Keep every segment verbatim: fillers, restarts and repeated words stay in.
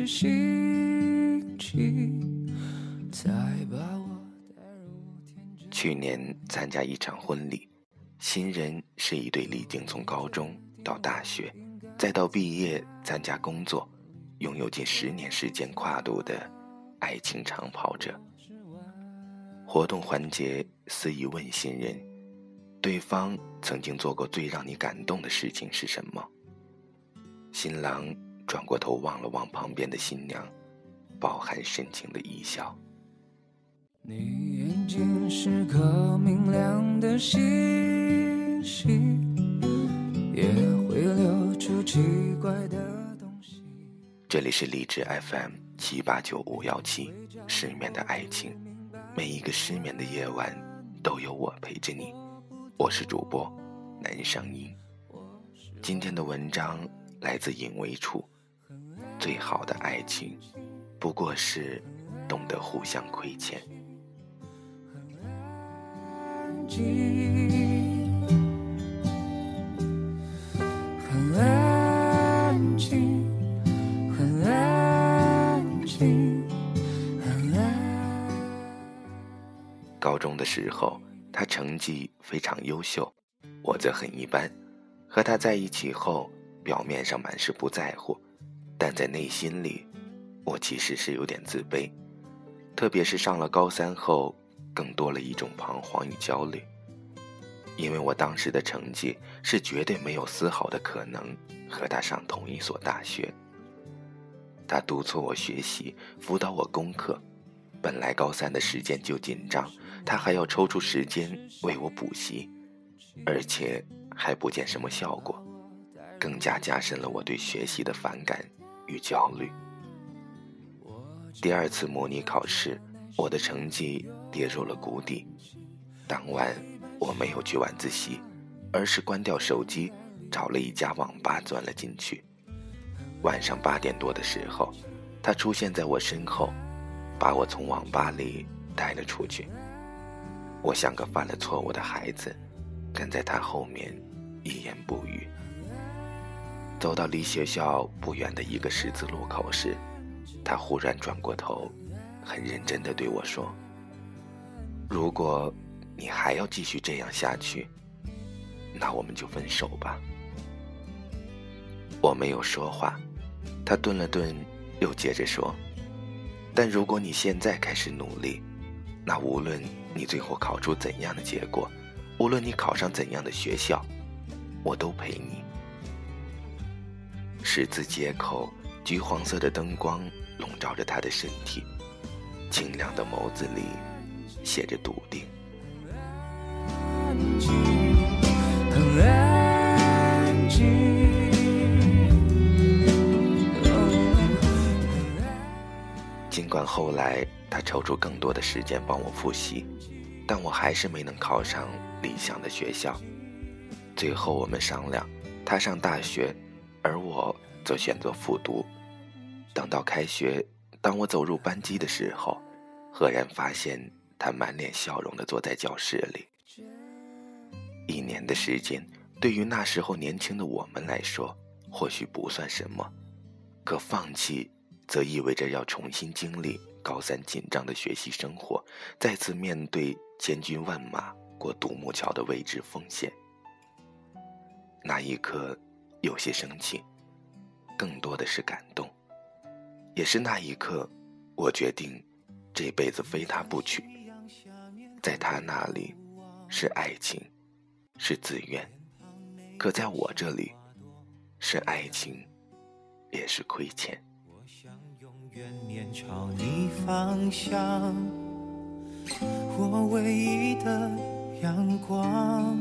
心情，才把我带入天际。 去年参加一场婚礼，新人是一对历经从高中到大学再到毕业参加工作，拥有近十年时间跨度的爱情长跑者。活动环节，司仪问新人，对方曾经做过最让你感动的事情是什么？新郎转过头望了望旁边的新娘，饱含深情的一笑。 你眼睛是颗明亮的星星，也会流出奇怪的东西。 这里是荔枝 F M 七八九五幺七，失眠的爱情，每一个失眠的夜晚都有我陪着你。我是主播南声音。今天的文章来自尹维楚。最好的爱情不过是懂得互相亏欠。 很安静，很安静，很安静。 高中的时候，他成绩非常优秀，我则很一般。和他在一起后，表面上满是不在乎，但在内心里，我其实是有点自卑。特别是上了高三后，更多了一种彷徨与焦虑。因为我当时的成绩是绝对没有丝毫的可能和他上同一所大学。他督促我学习，辅导我功课，本来高三的时间就紧张，他还要抽出时间为我补习，而且还不见什么效果，更加加深了我对学习的反感与焦虑。第二次模拟考试，我的成绩跌入了谷底。当晚我没有去晚自习，而是关掉手机，找了一家网吧钻了进去。晚上八点多的时候，他出现在我身后，把我从网吧里带了出去。我像个犯了错误的孩子，跟在他后面一言不语。走到离学校不远的一个十字路口时，他忽然转过头，很认真地对我说，如果你还要继续这样下去，那我们就分手吧。我没有说话，他顿了顿，又接着说，但如果你现在开始努力，那无论你最后考出怎样的结果，无论你考上怎样的学校，我都陪你。十字街口，橘黄色的灯光笼罩着他的身体，清亮的眸子里写着笃定。 很安静。 尽管后来他抽出更多的时间帮我复习，但我还是没能考上理想的学校。最后我们商量，他上大学，而我则选择复读。等到开学，当我走入班级的时候，赫然发现他满脸笑容地坐在教室里。一年的时间，对于那时候年轻的我们来说，或许不算什么，可放弃则意味着要重新经历高三紧张的学习生活，再次面对千军万马过独木桥的未知风险。那一刻有些生气，更多的是感动。也是那一刻，我决定这辈子非他不娶。在他那里是爱情，是自愿，可在我这里是爱情，也是亏欠。 我想永远面朝你方向，我唯一的阳光。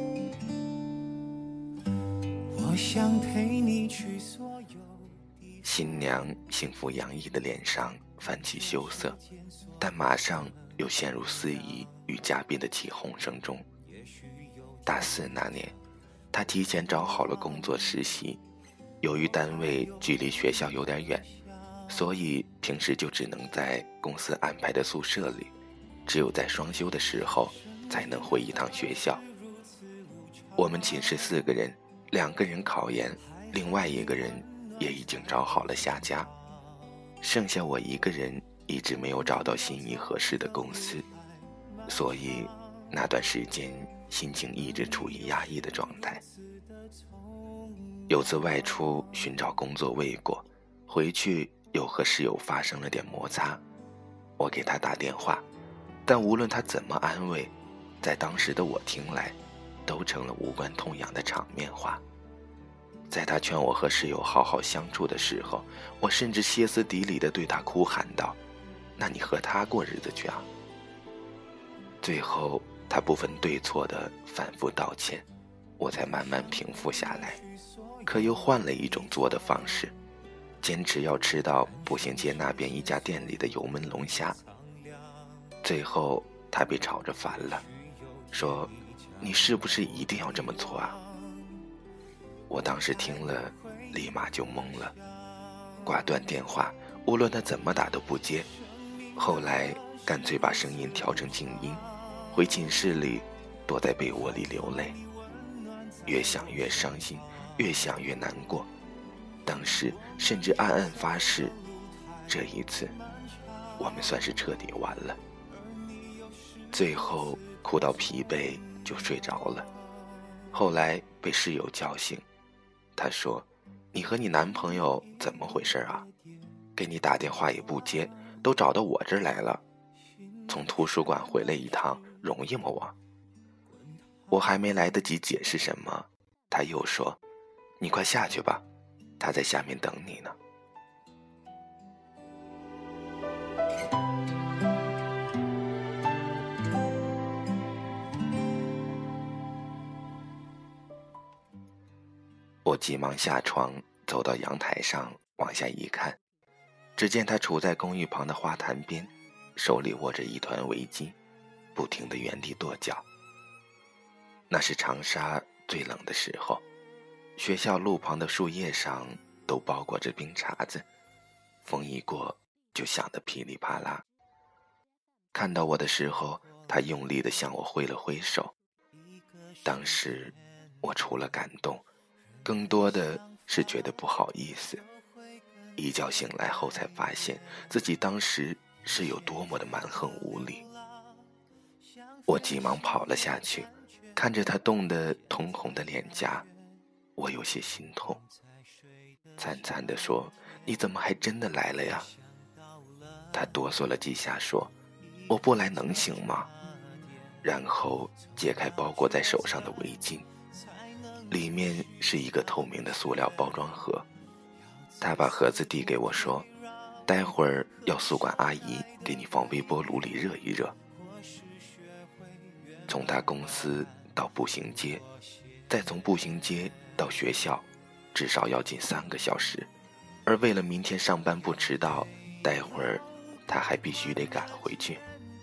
我想陪你去所有。 新娘幸福洋溢的脸上泛起羞涩，但马上又陷入司仪与嘉宾的起哄声中。大四那年，他提前找好了工作实习，由于单位距离学校有点远，所以平时就只能在公司安排的宿舍里，只有在双休的时候才能回一趟学校。我们寝室四个人，两个人考研，另外一个人也已经找好了下家。 剩下我一个人一直没有找到心仪合适的公司，所以那段时间心情一直处于压抑的状态。有次外出寻找工作未果，回去又和室友发生了点摩擦，我给他打电话，但无论他怎么安慰，在当时的我听来都成了无关痛痒的场面话。在他劝我和室友好好相处的时候，我甚至歇斯底里地对他哭喊道：那你和他过日子去啊。最后他不分对错的反复道歉，我才慢慢平复下来，可又换了一种做的方式，坚持要吃到步行街那边一家店里的油焖龙虾。最后他被吵着烦了，说你是不是一定要这么做啊？我当时听了立马就懵了，挂断电话，无论他怎么打都不接。后来干脆把声音调成静音，回寝室里躲在被窝里流泪，越想越伤心，越想越难过。当时甚至暗暗发誓，这一次我们算是彻底完了。最后哭到疲惫就睡着了，后来被室友叫醒，他说你和你男朋友怎么回事啊？给你打电话也不接，都找到我这儿来了，从图书馆回来一趟容易吗我？我还没来得及解释什么，他又说你快下去吧，他在下面等你呢。我急忙下床，走到阳台上往下一看，只见他处在公寓旁的花坛边，手里握着一团围巾，不停地原地跺脚。那是长沙最冷的时候，学校路旁的树叶上都包裹着冰碴子，风一过就响得噼里啪啦。看到我的时候，他用力地向我挥了挥手。当时我除了感动，更多的是觉得不好意思。一觉醒来后才发现自己当时是有多么的蛮横无理。我急忙跑了下去，看着他冻得通红的脸颊，我有些心痛，惨惨地说你怎么还真的来了呀？他哆嗦了几下说我不来能行吗？然后解开包裹在手上的围巾，里面是一个透明的塑料包装盒。他把盒子递给我说待会儿要宿管阿姨给你放微波炉里热一热。从他公司到步行街，再从步行街到学校，至少要近三个小时，而为了明天上班不迟到，待会儿他还必须得赶回去。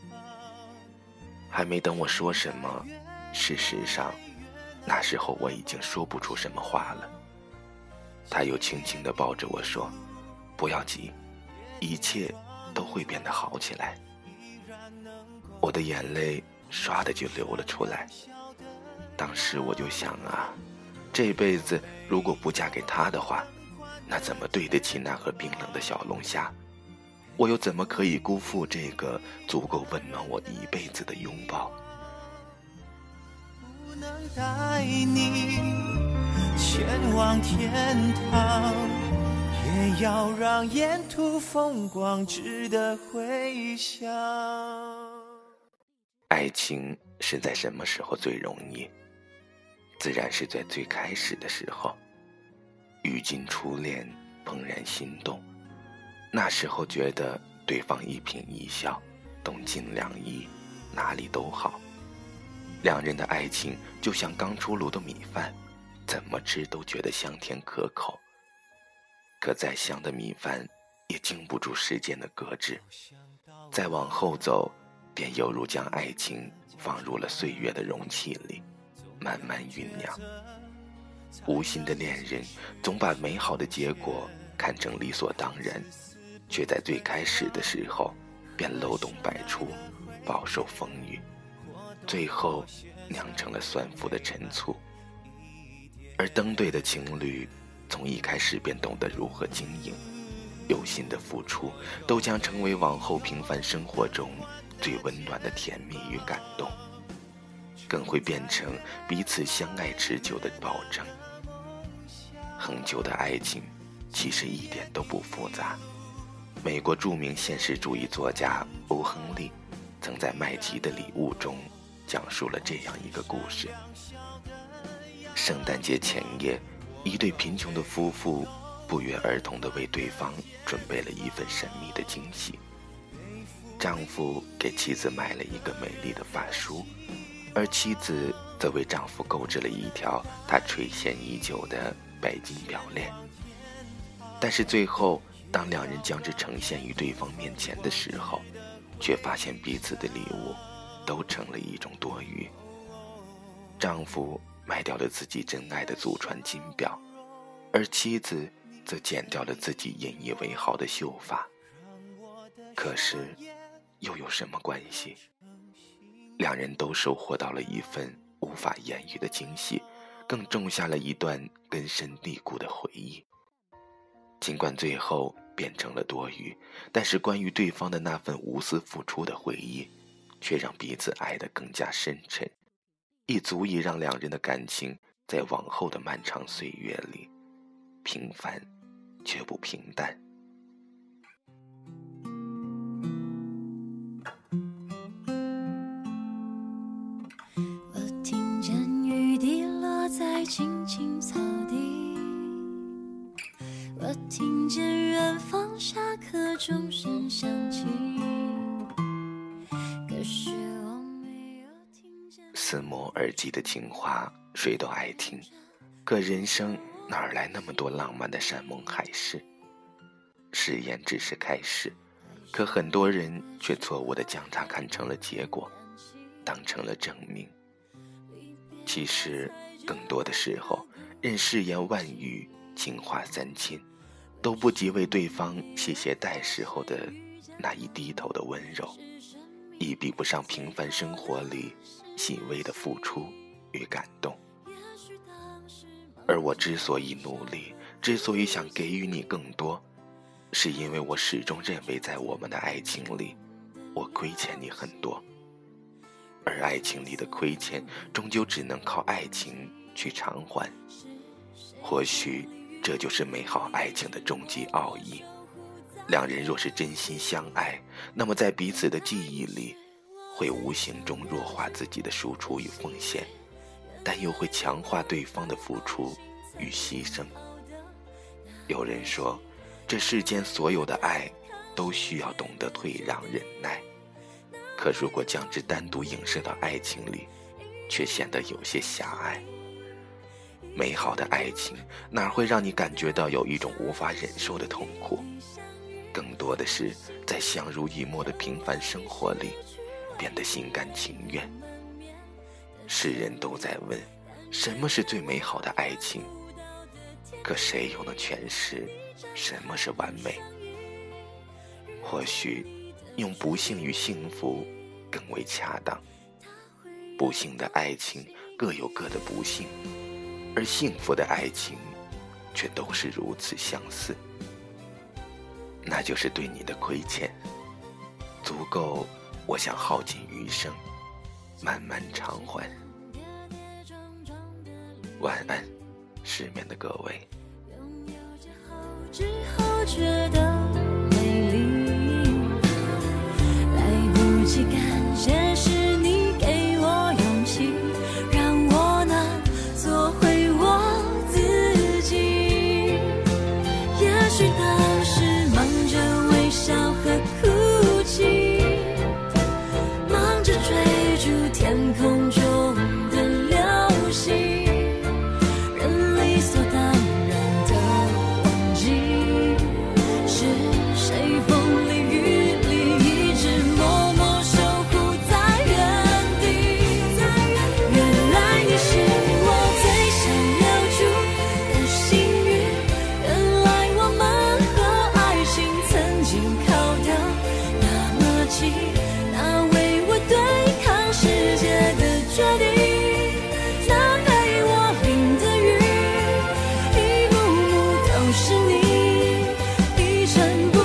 还没等我说什么，事实上那时候我已经说不出什么话了。他又轻轻地抱着我说不要急，一切都会变得好起来。我的眼泪唰的就流了出来。当时我就想啊，这辈子如果不嫁给他的话，那怎么对得起那盒冰冷的小龙虾？我又怎么可以辜负这个足够温暖我一辈子的拥抱？ 不能带你前往天堂，也要让沿途风光值得回想。 爱情是在什么时候最容易？自然是在最开始的时候。遇见初恋，怦然心动，那时候觉得对方一颦一笑，动静两意，哪里都好。两人的爱情就像刚出炉的米饭，怎么吃都觉得香甜可口。可再香的米饭也经不住时间的搁置，再往后走，便犹如将爱情放入了岁月的容器里，慢慢酝酿。无心的恋人总把美好的结果看成理所当然，却在最开始的时候便漏洞百出，饱受风雨，最后酿成了酸腐的陈醋。而登对的情侣从一开始便懂得如何经营， 有心的付出，都将成为往后平凡生活中最温暖的甜蜜与感动，更会变成彼此相爱持久的保证。恒久的爱情其实一点都不复杂。美国著名现实主义作家欧亨利曾在《麦吉的礼物》中讲述了这样一个故事。圣诞节前夜，一对贫穷的夫妇不约而同地为对方准备了一份神秘的惊喜。丈夫给妻子买了一个美丽的发梳，而妻子则为丈夫购置了一条她垂涎已久的白金表链。但是最后，当两人将之呈现于对方面前的时候，却发现彼此的礼物都成了一种多余。丈夫卖掉了自己珍爱的祖传金表，而妻子则剪掉了自己引以为豪的秀发。可是又有什么关系？两人都收获到了一份无法言喻的惊喜，更种下了一段根深蒂固的回忆。尽管最后变成了多余，但是关于对方的那份无私付出的回忆，却让彼此爱得更加深沉，亦足以让两人的感情在往后的漫长岁月里平凡却不平淡。 我听见雨滴落在青青草地，我听见远方下课钟声响起，可是我没有听见。 似墨而寄的情话谁都爱听，可人生哪来那么多浪漫的山盟海誓？誓言只是开始，可很多人却错误地将它看成了结果，当成了证明。其实更多的时候，任誓言万语，情话三千，都不及为对方系鞋带时候的那一低头的温柔，亦比不上平凡生活里细微的付出与感动。而我之所以努力，之所以想给予你更多，是因为我始终认为在我们的爱情里，我亏欠你很多，而爱情里的亏欠终究只能靠爱情去偿还。或许这就是美好爱情的终极奥义。两人若是真心相爱，那么在彼此的记忆里，会无形中弱化自己的输出与奉献，但又会强化对方的付出与牺牲。有人说，这世间所有的爱都需要懂得退让忍耐，可如果将之单独影射到爱情里，却显得有些狭隘。美好的爱情哪会让你感觉到有一种无法忍受的痛苦？更多的是在相濡以沫的平凡生活里变得心甘情愿。世人都在问，什么是最美好的爱情？可谁又能诠释什么是完美？或许用不幸与幸福更为恰当。不幸的爱情各有各的不幸，而幸福的爱情却都是如此相似。那就是对你的亏欠，足够我想耗尽余生慢慢偿还。晚安，失眠的各位。 拥有着后知后觉的美丽，来不及感谢是你给我勇气，让我能做回我自己。也许当时忙着微笑和哭泣，忙着追逐天空中的流星，人理所当然的忘记成不